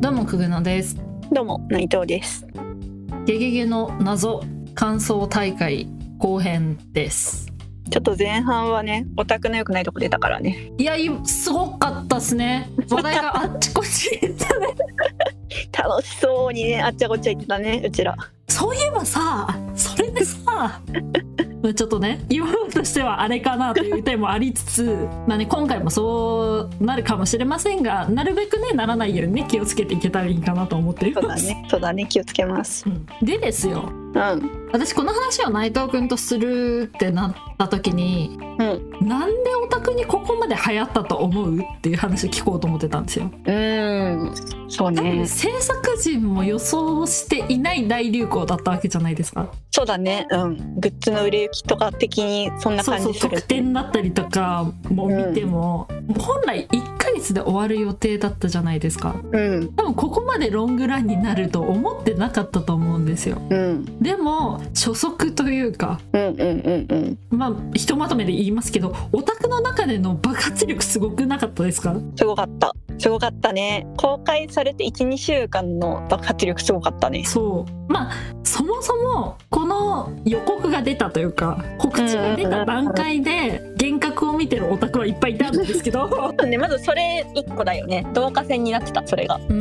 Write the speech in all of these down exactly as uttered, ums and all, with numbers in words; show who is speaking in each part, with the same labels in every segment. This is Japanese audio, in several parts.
Speaker 1: どうもくぐのです。
Speaker 2: どうも内藤です。
Speaker 1: ゲゲゲの謎感想大会後編です。
Speaker 2: ちょっと前半はねオタクの良くないとこ出たからね。
Speaker 1: いやすごかったっすね。話題があっちこっち行ったね
Speaker 2: 楽しそうにねあっちゃこっちゃ言ってたねうちら。
Speaker 1: そういえばさ、それでさちょっとね今としてはあれかなという点もありつつまあ、ね、今回もそうなるかもしれませんが、なるべくねならないようにね気をつけていけたらいいかなと思っています。
Speaker 2: そうだねそうだね気をつけます、
Speaker 1: うん、でですよ、
Speaker 2: うん、
Speaker 1: 私この話を内藤くんとするってなった時に、
Speaker 2: うん、
Speaker 1: なんでオタクにここまで流行ったと思うっていう話聞こうと思ってたんですよ。
Speaker 2: うーんそうね、
Speaker 1: 制作陣も予想していない大流行だったわけじゃないですか。
Speaker 2: そうだね、うん、グッズの売れ行きとか的にそんな感じする。
Speaker 1: そうそう特典だったりとかも見ても、うん、本来いっかげつで終わる予定だったじゃないですか、
Speaker 2: うん、
Speaker 1: 多分ここまでロングランになると思ってなかったと思うんですよ、
Speaker 2: うん、
Speaker 1: でも初速というか、
Speaker 2: うんうんうんうん、
Speaker 1: まあひとまとめで言いますけど、オタクの中での爆発力すごくなかったですか？
Speaker 2: すごかったすごかったね。公開されて いち,に 週間の爆発力すごかったね。
Speaker 1: そうまあそもそもこの予告が出たというか告知が出た段階で幻覚を見てるオタクはいっぱいいたんですけど
Speaker 2: ね、まずそれいっこだよね。導火線になってたそれが、
Speaker 1: うん、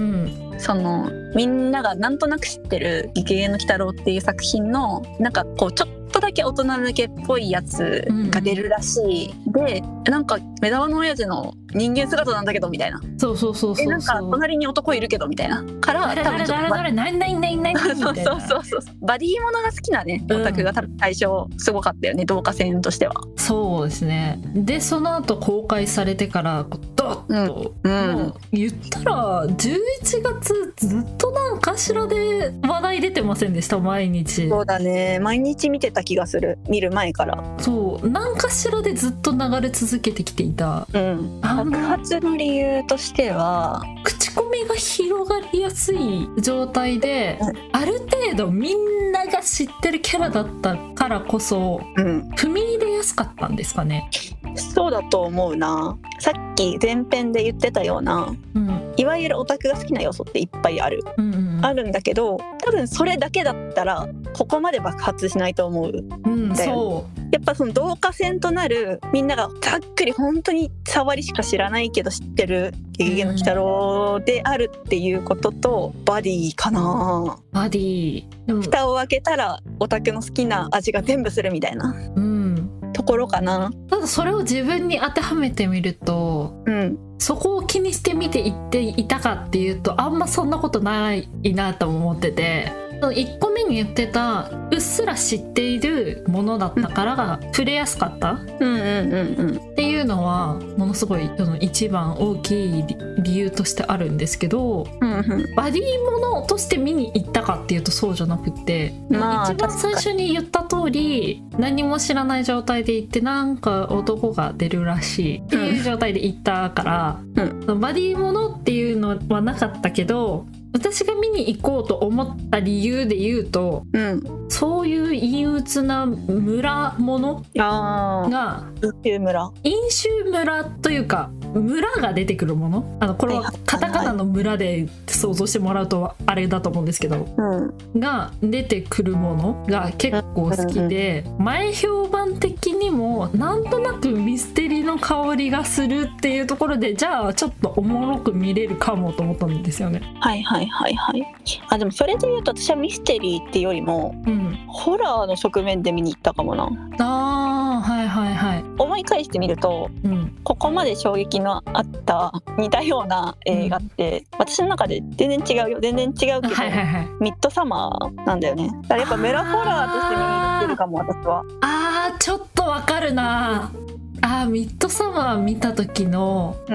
Speaker 2: そのみんながなんとなく知ってる「ゲゲゲの鬼太郎」っていう作品のなんかこうちょっとだけ大人向けっぽいやつが出るらしい、うん、でなんか目玉の親父の人間姿なんだけどみたいな、
Speaker 1: そうそうそうそう、
Speaker 2: えなんか隣に男いるけどみたいなから
Speaker 1: 誰誰誰誰何何何何何みたいな、
Speaker 2: そうそうそうそうバディものが好きなねオタクが多分最初すごかったよね、導火線としては。
Speaker 1: そうですね。でその後公開されてからドッと、うんうん、もう言ったらじゅういちがつずっと何かしらで話題出てませんでした？毎日。
Speaker 2: そうだね毎日見てた気がする、見る前から。そう
Speaker 1: 何かしらでずっと流れ続けてきていた、
Speaker 2: うん、爆発の理由としては
Speaker 1: 口コミが広がりやすい状態で、うん、ある程度みんなが知ってるキャラだったからこそ、うん、踏み入れやすかったんですかね。
Speaker 2: そうだと思うな。さっき前編で言ってたような、うん、いわゆるオタクが好きな要素っていっぱいある、うんうん、あるんだけど多分それだけだったらここまで爆発しないと思う、うん、だよ。そうやっぱその導火線となるみんながざっくり本当に触りしか知らないけど知ってるゲゲゲの鬼太郎であるっていうことと、うん、バディかな。
Speaker 1: バディでも
Speaker 2: 蓋を開けたらオタクの好きな味が全部するみたいな、うんところかな。
Speaker 1: ただそれを自分に当てはめてみると、うん、そこを気にして見ていっていたかっていうとあんまそんなことないなと思ってて、いっこめに言ってたうっすら知っているものだったからが触れやすかったっていうのはものすごいその一番大きい理由としてあるんですけど、うんうん、バディものとして見に行ったかっていうとそうじゃなくて、まあ、一番最初に言った通り何も知らない状態で行ってなんか男が出るらしいっていう状態で行ったから、うん、バディものっていうのはなかったけど私が見に行こうと思った理由で言うと、うん、そういう陰鬱な村ものが
Speaker 2: 飲酒村
Speaker 1: 飲酒村というか村が出てくるもの、あのこれはカタカナの村で想像してもらうとあれだと思うんですけど、うん、が出てくるものが結構好きで、うんうん、前評判的にもなんとなくミステリーの香りがするっていうところでじゃあちょっとおもろく見れるかもと思ったんですよね。
Speaker 2: はいはいはいはい。あでもそれで言うと私はミステリーっていうよりも、うん、ホラーの側面で見に行ったかもな。
Speaker 1: あーはいはいはい。
Speaker 2: 思い返してみると、うん、ここまで衝撃のあった似たような映画って、うん、私の中で全然違うよ全然違うけど、はいはいはい、ミッドサマーなんだよね。だからやっぱメラホラーとして見に行ってるかも私は。
Speaker 1: あーちょっとわかるな。あーミッドサマー見た時の、うん、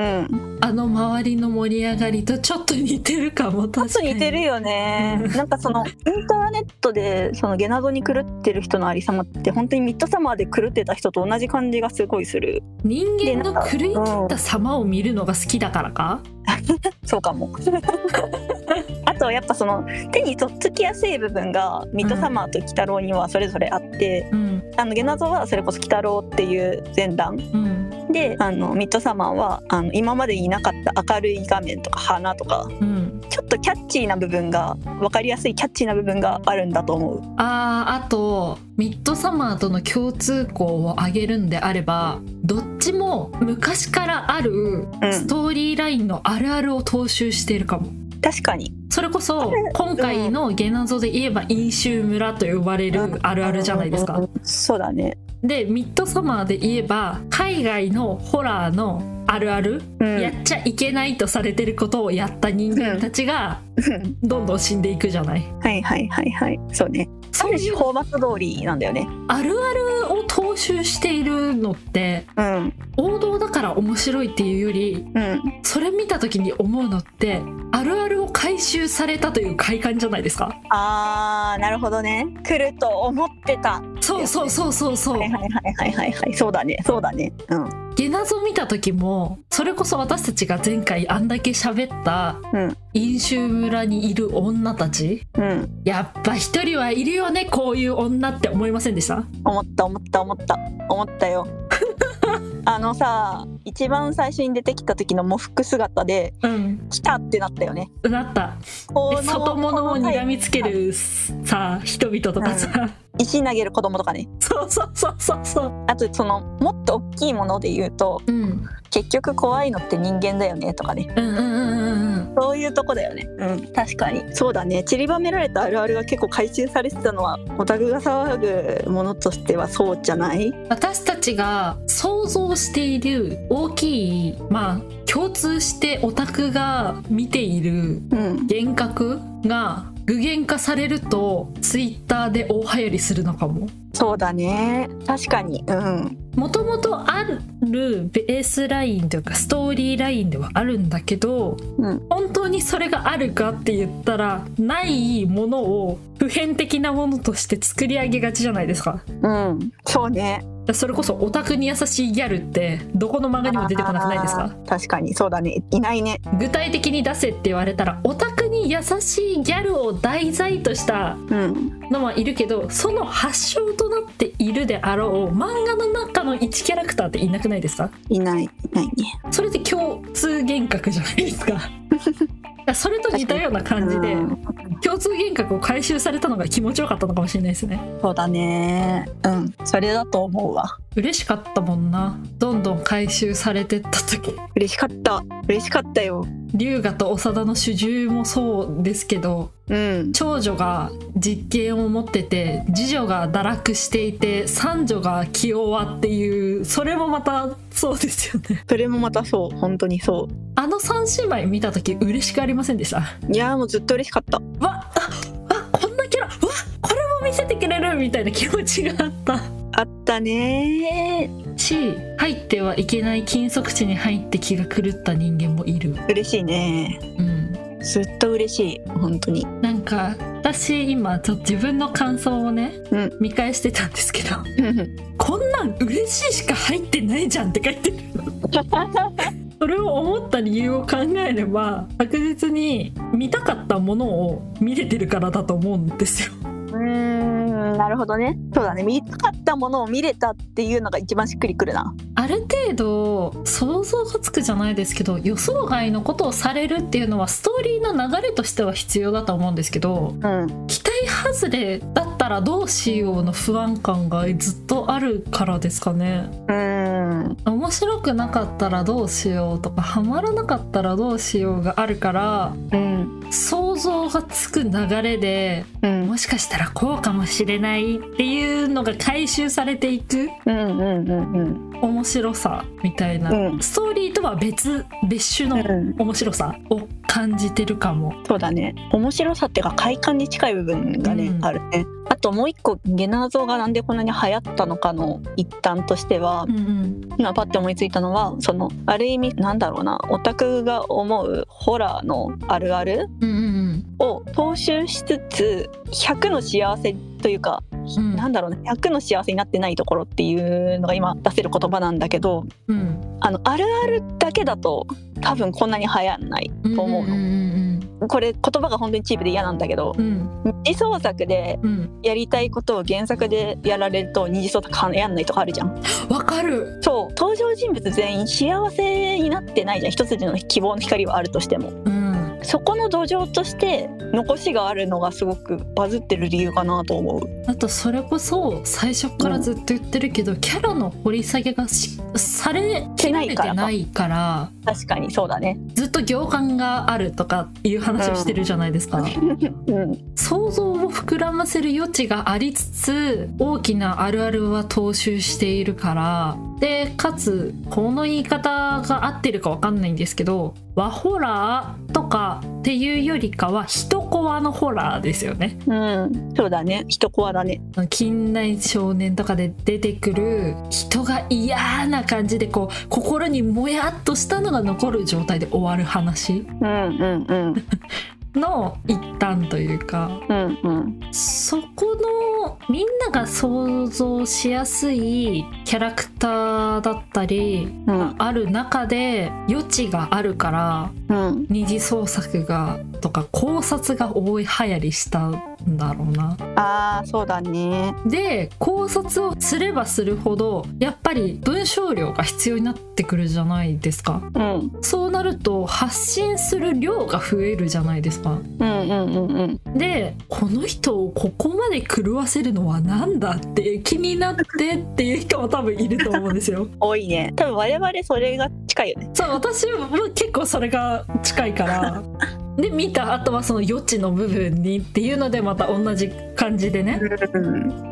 Speaker 1: あの周りの盛り上がりとちょっと似てるかも。確かに
Speaker 2: ちょっと似てるよねなんかそのインターネットでそのゲナドに狂ってる人のありさまって本当にミッドサマーで狂ってた人と同じ感じがすごいする。
Speaker 1: 人間の狂い切った様を見るのが好きだからか、
Speaker 2: うん、そうかもあとやっぱその手にとっつきやすい部分がミッドサマーと鬼太郎にはそれぞれあって、うん、あのゲナゾはそれこそ鬼太郎っていう前段、うん、であのミッドサマーはあの今までいなかった明るい画面とか花とか、うん、 ちょっとキャッチーな部分が分かりやすいキャッチーな部分があるんだと思う。
Speaker 1: あーあとミッドサマーとの共通項を挙げるんであれば、どっちも昔からあるストーリーラインのあるあるを踏襲しているかも、うん、
Speaker 2: 確かに。
Speaker 1: それこそ今回のゲナゾで言えば飲酒村と呼ばれるあるあるじゃないですか、うんうんうん、
Speaker 2: そうだね。
Speaker 1: でミッドサマーで言えば海外のホラーのあるある、うん、やっちゃいけないとされてることをやった人間たちがどんどん死んでいくじゃない、
Speaker 2: うん、はいはいはいはい、そうね。そういうフォーマット通りなんだよね。
Speaker 1: あるあるを踏襲しているのって、うん、王道だから面白いっていうより、うん、それ見た時に思うのってあるあるを回収されたという快感じゃないですか。
Speaker 2: あーなるほどね。来ると思ってた。
Speaker 1: そうそうそうそうそう。
Speaker 2: はいはいはいはいはい、そうだねそうだね。うん。
Speaker 1: ゲナゾ見た時もそれこそ私たちが前回あんだけ喋った飲酒村にいる女たち、うん、やっぱ一人はいるよねこういう女って思いませんでした？
Speaker 2: 思った思った思った思ったよあのさ、一番最初に出てきた時の喪服姿で、うん、来たってなったよね。
Speaker 1: なった。外物を睨みつけるさ人々とかさ、うん、
Speaker 2: 石投げる子供とかね。
Speaker 1: そうそうそうそうそう。
Speaker 2: あとそのもっと大きいもので言うと、うん、結局怖いのって人間だよねとかね。うんうんうんうん。そういうとこだよね。うん、確かにそうだね。散りばめられたあるあるが結構回収されてたのはオタクが騒ぐものとしてはそうじゃない？
Speaker 1: 私たちが想像している大きい、まあ共通してオタクが見ている幻覚が具現化されると、うん、ツイッターで大流行りするのかも。
Speaker 2: そうだね、確かに。うん。
Speaker 1: もともとあるベースラインというかストーリーラインではあるんだけど、うん、本当にそれがあるかって言ったらないものを普遍的なものとして作り上げがちじゃないですか。
Speaker 2: うん、そうね。
Speaker 1: それこそオタクに優しいギャルってどこの漫画にも出てこなくないですか？
Speaker 2: 確かにそうだね、いないね。
Speaker 1: 具体的に出せって言われたらオタクに優しいギャルを題材としたのはいるけど、うん、その発祥となっているであろう漫画の中の一キャラクターっていなくないですか？
Speaker 2: いないいないね。
Speaker 1: それって共通幻覚じゃないですかそれと似たような感じで共通幻覚を回収されたのが気持ちよかったのかもしれないですね。
Speaker 2: そうだね、うん、それだと思うわ。
Speaker 1: 嬉しかったもんな、どんどん回収されてった時。
Speaker 2: 嬉しかった嬉しかったよ。
Speaker 1: 龍河と長田の主従もそうですけど、うん、長女が実権を持ってて次女が堕落していて三女が気弱っていう、それもまたそうですよね。
Speaker 2: それもまたそう、本当にそう。
Speaker 1: あの三姉妹見た時嬉しくありませんでした？
Speaker 2: いやもうずっと嬉しかった。
Speaker 1: わああこんなキャラ、わこれも見せてくれるみたいな気持ちがあった
Speaker 2: あったね
Speaker 1: ー。し入ってはいけない禁足地に入って気が狂った人間もいる。
Speaker 2: 嬉しいね。うんずっと嬉しい本当に。
Speaker 1: なんか私今ちょっと自分の感想をね、うん、見返してたんですけどこんなん嬉しいしか入ってないじゃんって書いてるそれを思った理由を考えれば確実に見たかったものを見れてるからだと思うんですよ。
Speaker 2: うーんなるほどね。そうだね、見たかったものを見れたっていうのが一番しっくりくるな。
Speaker 1: ある程度想像がつくじゃないですけど予想外のことをされるっていうのはストーリーの流れとしては必要だと思うんですけど、うん、期待外れだったらどうしようの不安感がずっとあるからですかね。うん面白くなかったらどうしようとかハマらなかったらどうしようがあるから、うん、想像がつく流れで、うん、もしかしたらこうかもしれないっていうのが回収されていく、うんうんうんうん、面白さみたいな、うん、ストーリーとは別別種の面白さを感じてるかも。
Speaker 2: そうだね、面白さっていうか快感に近い部分がね、うん、あるね。あともう一個ゲナゾがなんでこんなに流行ったのかの一端としては、うんうん、今パッて思いついたのはそのある意味なんだろうな、オタクが思うホラーのあるあるを踏襲しつつひゃくの幸せというか、うん、なんだろうね、ひゃくの幸せになってないところっていうのが今出せる言葉なんだけど、うん、あのあるあるだけだと多分こんなに流行んないと思うの、うんうんうん、これ言葉が本当にチープで嫌なんだけど、うん、二次創作でやりたいことを原作でやられると二次創作やんないとかあるじゃん。
Speaker 1: わかる。
Speaker 2: そう、登場人物全員幸せになってないじゃん。一筋の希望の光はあるとしても、うん、 そこの土壌として残しがあるのがすごくバズってる理由かなと思う。
Speaker 1: あとそれこそ最初からずっと言ってるけど、うん、キャラの掘り下げがしされきられてないから、
Speaker 2: 確かにそうだね。
Speaker 1: ずっと行間があるとかいう話をしてるじゃないですか、うんうん、想像を膨らませる余地がありつつ大きなあるあるは踏襲しているから、でかつこの言い方が合ってるか分かんないんですけど、和ホラーとかっていうよりかは一コアのホラーですよね。
Speaker 2: うん、そうだね、一コアだね。
Speaker 1: 近代少年とかで出てくる人が嫌な感じでこう心にもやっとしたのが残る状態で終わる話、
Speaker 2: うんうんうん
Speaker 1: の一端というか、
Speaker 2: うんうん、
Speaker 1: そこのみんなが想像しやすいキャラクターだったり、うん、ある中で余地があるから、うん、二次創作がとか考察が大い流行りしたんだろうな。
Speaker 2: あーそうだね。
Speaker 1: で考察をすればするほどやっぱり文章量が必要になってくるじゃないですか、うん、そうなると発信する量が増えるじゃないですか。
Speaker 2: うんうんうんうん、
Speaker 1: でこの人をここまで狂わせるのはなんだって気になってっていう人も多分いると思うんですよ
Speaker 2: 多いね。多分我々それが近いよね。
Speaker 1: そう、私も結構それが近いからで見た後はその余地の部分にっていうのでまた同じ感じでね、うん、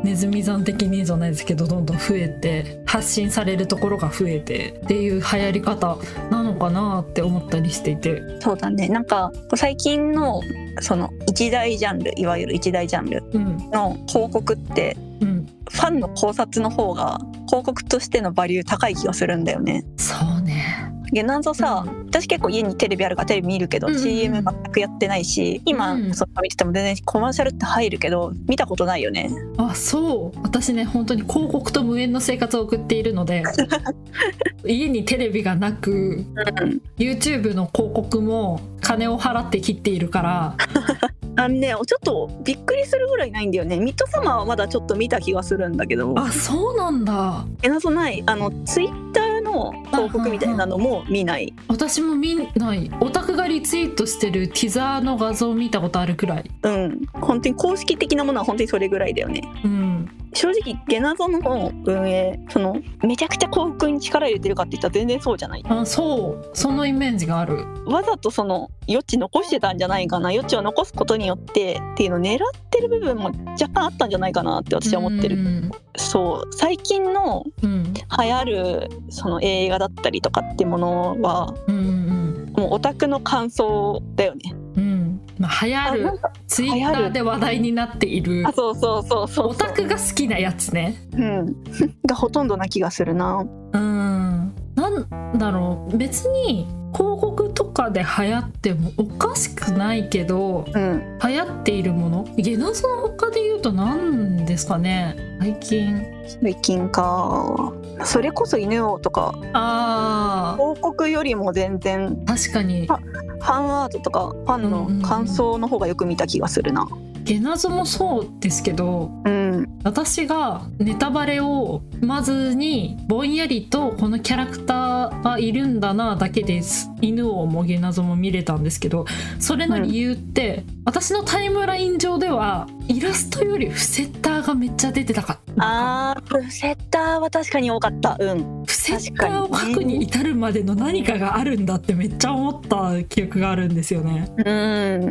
Speaker 1: ネズミ山的にじゃないですけどどんどん増えて発信されるところが増えてっていう流行り方なのかなって思ったりしていて。
Speaker 2: そうだね、なんか最近のその一大ジャンル、いわゆる一大ジャンルの広告って、うん、ファンの考察の方が広告としてのバリュー高い気がするんだよね。
Speaker 1: そうね。
Speaker 2: ゲナゾさ、うん、私結構家にテレビあるからテレビ見るけど、うんうん、シーエム 全くやってないし、今、うん、その見てても全然コマーシャルって入るけど見たことないよね。
Speaker 1: あ、そう。私ね本当に広告と無縁の生活を送っているので家にテレビがなく、うん、YouTube の広告も金を払って切っているから
Speaker 2: あのね、ちょっとびっくりするぐらいないんだよね。ミッドサマーはまだちょっと見た気がするんだけど。
Speaker 1: あ、そうなんだ。
Speaker 2: えなぞない。あのツイッターの広告みたいなのも見ない。
Speaker 1: 私も見ない。オタクがリツイートしてるティザーの画像を見たことあるくらい。
Speaker 2: うん、本当に公式的なものは本当にそれぐらいだよね。うん、正直ゲナゾの運営、そのめちゃくちゃ広告に力入れてるかって言ったら全然そうじゃない。
Speaker 1: あ、そう、そのイメージがある。
Speaker 2: わざとその余地残してたんじゃないかな、余地を残すことによってっていうのを狙ってる部分も若干あったんじゃないかなって私は思ってる。うそう最近の流行るその映画だったりとかってものは、うんうん、もうオタクの感想だよね。
Speaker 1: うん、まあ、流行るツイッターで話題になっている、
Speaker 2: あ、そうそうそうそう、
Speaker 1: オタクが好きなやつね、
Speaker 2: うん、がほとんどな気がするな。
Speaker 1: うん、なんだろう、別に広告とかで流行ってもおかしくないけど、うん、流行っているもの、ゲナゾの他で言うと何ですかね。最近
Speaker 2: 最近か、それこそ犬王とか、あ、広告よりも全然
Speaker 1: 確かに
Speaker 2: ファンアートとかファンの感想の方がよく見た気がするな。
Speaker 1: うんうん、ゲナゾもそうですけど、うん、私がネタバレを踏まずにぼんやりとこのキャラクターがいるんだなだけです。犬王もゲナゾも見れたんですけど、それの理由って、うん、私のタイムライン上ではイラストよりフセッターがめっちゃ出てたかった。
Speaker 2: あー、フセッターは確かに多かった。うん、
Speaker 1: フセッターを描くに至るまでの何かがあるんだってめっちゃ思った記憶があるんですよね。
Speaker 2: うん、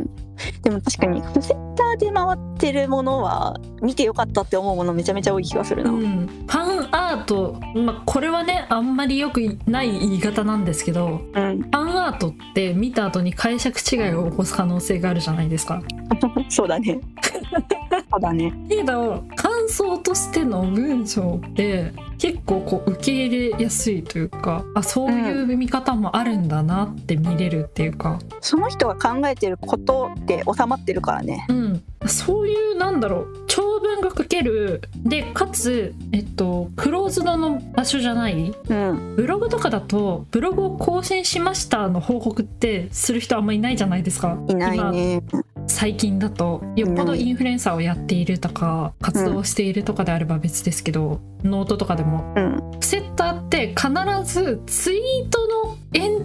Speaker 2: でも確かにフセッターで回ってるものは見てよかったって思うものめちゃめちゃ多い気がするな。うん、
Speaker 1: ファンアート、まあ、これはねあんまりよくない言い方なんですけど、うん、ファンアートって見た後に解釈違いを起こす可能性があるじゃないですか
Speaker 2: そうだねそうだね。
Speaker 1: けど感想としての文章って結構こう受け入れやすいというか、あ、そういう見方もあるんだなって見れるっていうか、
Speaker 2: うん、その人が考えてることって収まってるからね。
Speaker 1: うん、そういうなんだろう、長文が書けるで、かつえっとクローズドの場所じゃない、うん、ブログとかだとブログを更新しましたの報告ってする人あんまりいないじゃないですか。
Speaker 2: いないね。
Speaker 1: 最近だとよっぽどインフルエンサーをやっているとか活動しているとかであれば別ですけど、うん、ノートとかでも、うん、フセッターって必ずツイートの延長線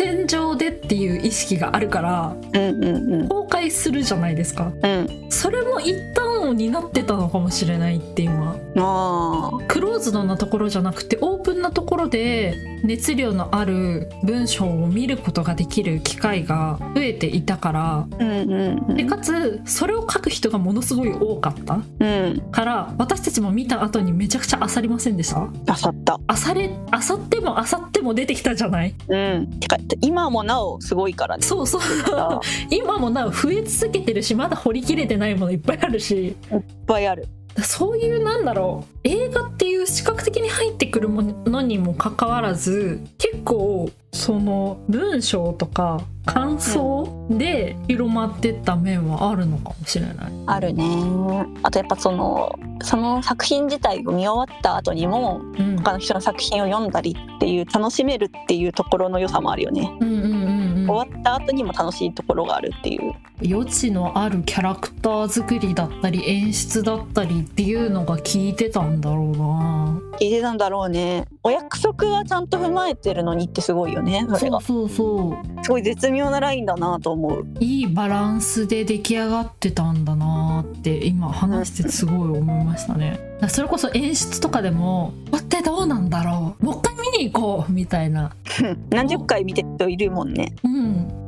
Speaker 1: 線上でっていう意識があるから、うんうんうん、公開するじゃないですか、うん、それも一端を担ってたのかもしれないって今あクローズドなところじゃなくてオープンなところで熱量のある文章を見ることができる機会が増えていたから、うんうんうん、でかつそれを書く人がものすごい多かった、うん、から私たちも見た後にめちゃくちゃ漁りませんでした？
Speaker 2: 漁った
Speaker 1: 漁れ漁っても漁っても出てきたじゃない、
Speaker 2: うん、てか今もなおすごいからね。
Speaker 1: そうそう今もなお増え続けてるしまだ掘りきれてないものいっぱいあるし、
Speaker 2: いっぱいある。
Speaker 1: そういうなんだろう映画っていう視覚的に入ってくるものにもかかわらず結構その文章とか感想で広まってった面はあるのかもしれない、うん、
Speaker 2: あるね。あとやっぱそのその作品自体を見終わった後にも、うん、他の人の作品を読んだりっていう楽しめるっていうところの良さもあるよね、うんうんうんうん、終わった後にも楽しいところがあるっていう
Speaker 1: 余地のあるキャラクター作りだったり演出だったりっていうのが効いてたんだろうな。
Speaker 2: 効いてたんだろうね。お約束はちゃんと踏まえてるのにってすごいよね。それが
Speaker 1: そうそうそう
Speaker 2: すごい絶妙なラインだなと思う。
Speaker 1: いいバランスで出来上がってたんだなって今話してすごい思いましたね。それこそ演出とかでもこってどうなんだろうもう一回見に行こうみたいな
Speaker 2: 何十回見てる人いるもんね。
Speaker 1: うん、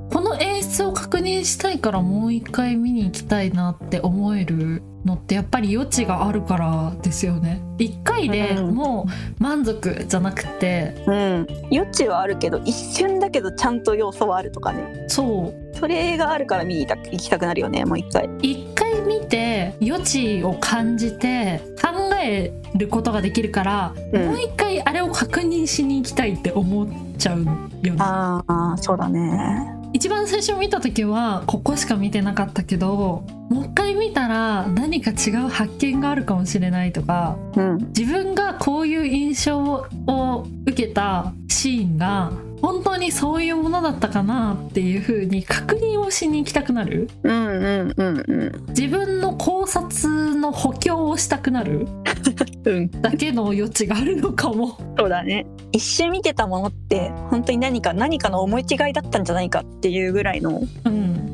Speaker 1: この演出を確認したいからもう一回見に行きたいなって思えるのってやっぱり余地があるからですよね。一回でもう満足じゃなくて、
Speaker 2: うん、余地はあるけど一瞬だけどちゃんと要素はあるとかね。
Speaker 1: そう
Speaker 2: それがあるから見に行きたくなるよね。もう一回
Speaker 1: 一回見て余地を感じて考えることができるから、うん、もう一回あれを確認しに行きたいって思っちゃうよね。
Speaker 2: ああそうだね。
Speaker 1: 一番最初見た時はここしか見てなかったけどもう一回見たら何か違う発見があるかもしれないとか、うん、自分がこういう印象を受けたシーンが本当にそういうものだったかなっていう風に確認をしに行きたくなる、うんうんうんうん、自分の考察の補強をしたくなる、うん、だけの余地があるのかも。
Speaker 2: そうだね。一瞬見てたものって本当に何か何かの思い違いだったんじゃないかっていうぐらいの、うん、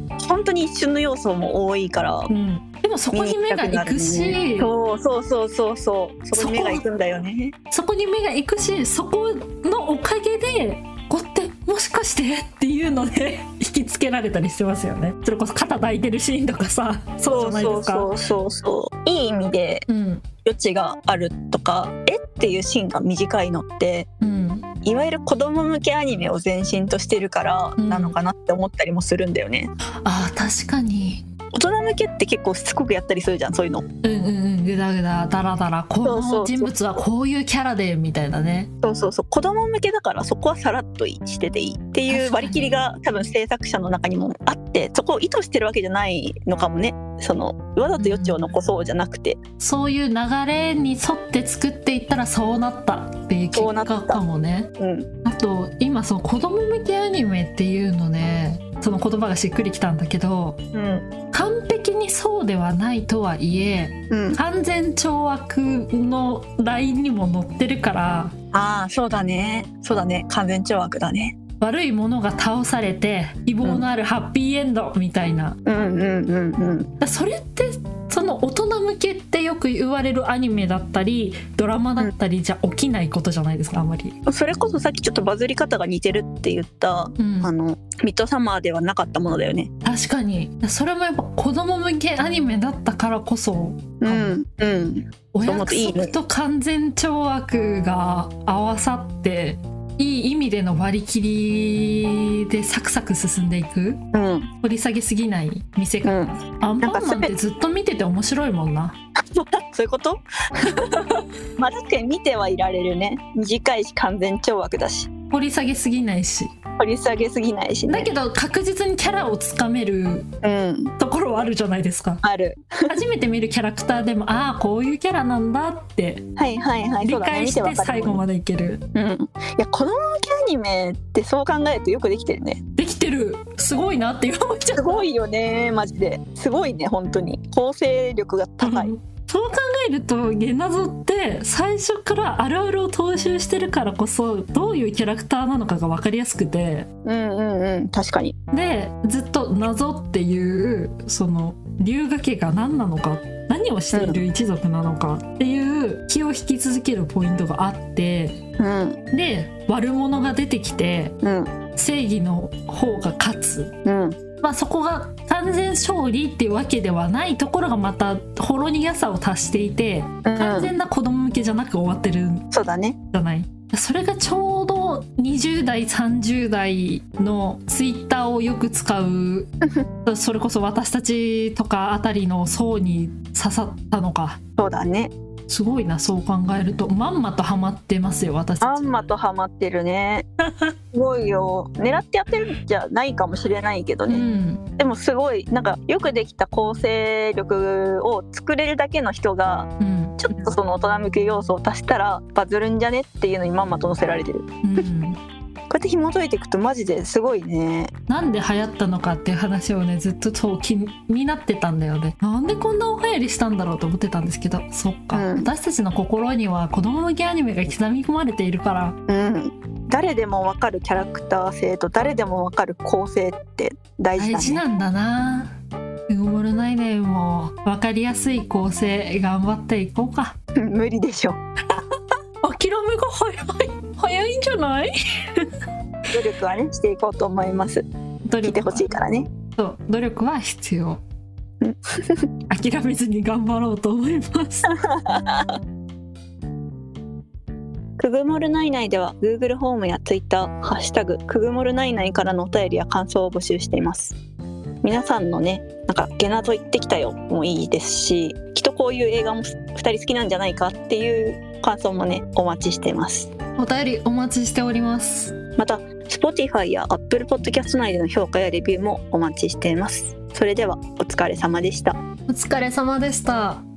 Speaker 2: 本当に一瞬の要素も多いから、うん、
Speaker 1: でもそこに目が行くし、
Speaker 2: そうそうそうそうそうそこに目が行くんだよね。
Speaker 1: そこに目が行くしそこのおかげでこってもしかしてっていうので引きつけられたりしてますよね。それこそ肩抱いてるシーンとかさ、そうじゃないですか。
Speaker 2: そうそうそうそういい意味で余地があるとか、うん、えっていうシーンが短いのって、うん、いわゆる子供向けアニメを前身としてるからなのかなって思ったりもするんだよね、うん、
Speaker 1: あー確かに
Speaker 2: 大人向けって結構しつこくやったりするじゃんそういうの。うん
Speaker 1: うんうんグダグダダラダラこの人物はこういうキャラでみたいなね。
Speaker 2: そうそうそう子供向けだからそこはさらっとしてていいっていう割り切りが多分制作者の中にもあってそこを意図してるわけじゃないのかもね。そのわざと余地を残そうじゃなくて、
Speaker 1: うん、そういう流れに沿って作っていったらそうなったっていう結果かもね、うん、あと今その子供向けアニメっていうのねその言葉がしっくりきたんだけど、うん、完璧にそうではないとはいえ、うん、完全懲悪のラインにも乗ってるから。
Speaker 2: ああそうだねそうだね完全懲悪だね。
Speaker 1: 悪いものが倒されて希望のあるハッピーエンドみたいな、うんうんうんうん、それってその大人向けってよく言われるアニメだったりドラマだったりじゃ起きないことじゃないですかあんまり。
Speaker 2: それこそさっきちょっとバズり方が似てるって言った、うん、あのミッドサマーではなかったものだよね。
Speaker 1: 確かにそれもやっぱ子供向けアニメだったからこそ、うんうん、お約束と完全懲悪が合わさっていい意味での割り切りでサクサク進んでいく、うん、掘り下げすぎない見せ方、うん、アンパンマンってずっと見てて面白いもんな。
Speaker 2: そういうことまあ確かに見てはいられるね。短いし完全懲悪だし
Speaker 1: 掘り下げすぎないし
Speaker 2: 掘り下げすぎないし、ね、
Speaker 1: だけど確実にキャラをつかめる、うん、ところはあるじゃないですか。
Speaker 2: ある
Speaker 1: 初めて見るキャラクターでもああこういうキャラなんだって
Speaker 2: はいはいはい
Speaker 1: 理解して最後までいける、
Speaker 2: うん、いや子供向けアニメってそう考えるとよくできてるね。
Speaker 1: できてるすごいなって思っちゃう。
Speaker 2: すごいよねマジですごいね本当に構成力が高い、うん
Speaker 1: そう考えるとゲナゾって最初からあるあるを踏襲してるからこそどういうキャラクターなのかが分かりやすくて、
Speaker 2: うんうんうん、確かに。
Speaker 1: でずっと謎っていうその龍河家が何なのか、何をしている一族なのかっていう気を引き続けるポイントがあって、うん、で悪者が出てきて、うん、正義の方が勝つ、うん、まあ、そこが完全勝利っていうわけではないところがまたほろ苦さを足していて、うん、完全な子供向けじゃなく終わってるんじゃない、
Speaker 2: そうだね。
Speaker 1: それがちょうどにじゅう代さんじゅう代のツイッターをよく使うそれこそ私たちとかあたりの層に刺さったのか。
Speaker 2: そうだね、
Speaker 1: すごいな、そう考えるとまんまとハマってますよ私たち。
Speaker 2: まんまとハマってるねすごいよ。狙ってやってるんじゃないかもしれないけどね、うん、でもすごいなんかよくできた構成力を作れるだけの人が、うん、ちょっとその大人向け要素を足したらバズるんじゃねっていうのにまんまと載せられてる、うん、こうやって紐解いていくとマジですごいね。
Speaker 1: なんで流行ったのかっていう話をねずっとそう気になってたんだよね。なんでこんなお流行りしたんだろうと思ってたんですけど、そっか、うん、私たちの心には子供向けアニメが刻み込まれているから、
Speaker 2: うん、誰でも分かるキャラクター性と誰でも分かる構成って大事だね。
Speaker 1: 大事なんだな。うごもるないね。もう分かりやすい構成頑張っていこうか
Speaker 2: 無理でしょ
Speaker 1: 諦めが早い早いんじゃない
Speaker 2: 努力はねしていこうと思います。努力聞いてほしいからね。
Speaker 1: そう努力は必要諦めずに頑張ろうと思います
Speaker 2: くぐもるないないでは Google ホームや Twitter ハッシュタグくぐもるないないからのお便りや感想を募集しています。皆さんのね、なんかゲナゾ行ってきたよもいいですし、きっとこういう映画もふたり好きなんじゃないかっていう感想もねお待ちしています。
Speaker 1: お便りお待ちしております。
Speaker 2: また Spotify や Apple Podcast 内での評価やレビューもお待ちしています。それではお疲れ様でした。
Speaker 1: お疲れ様でした。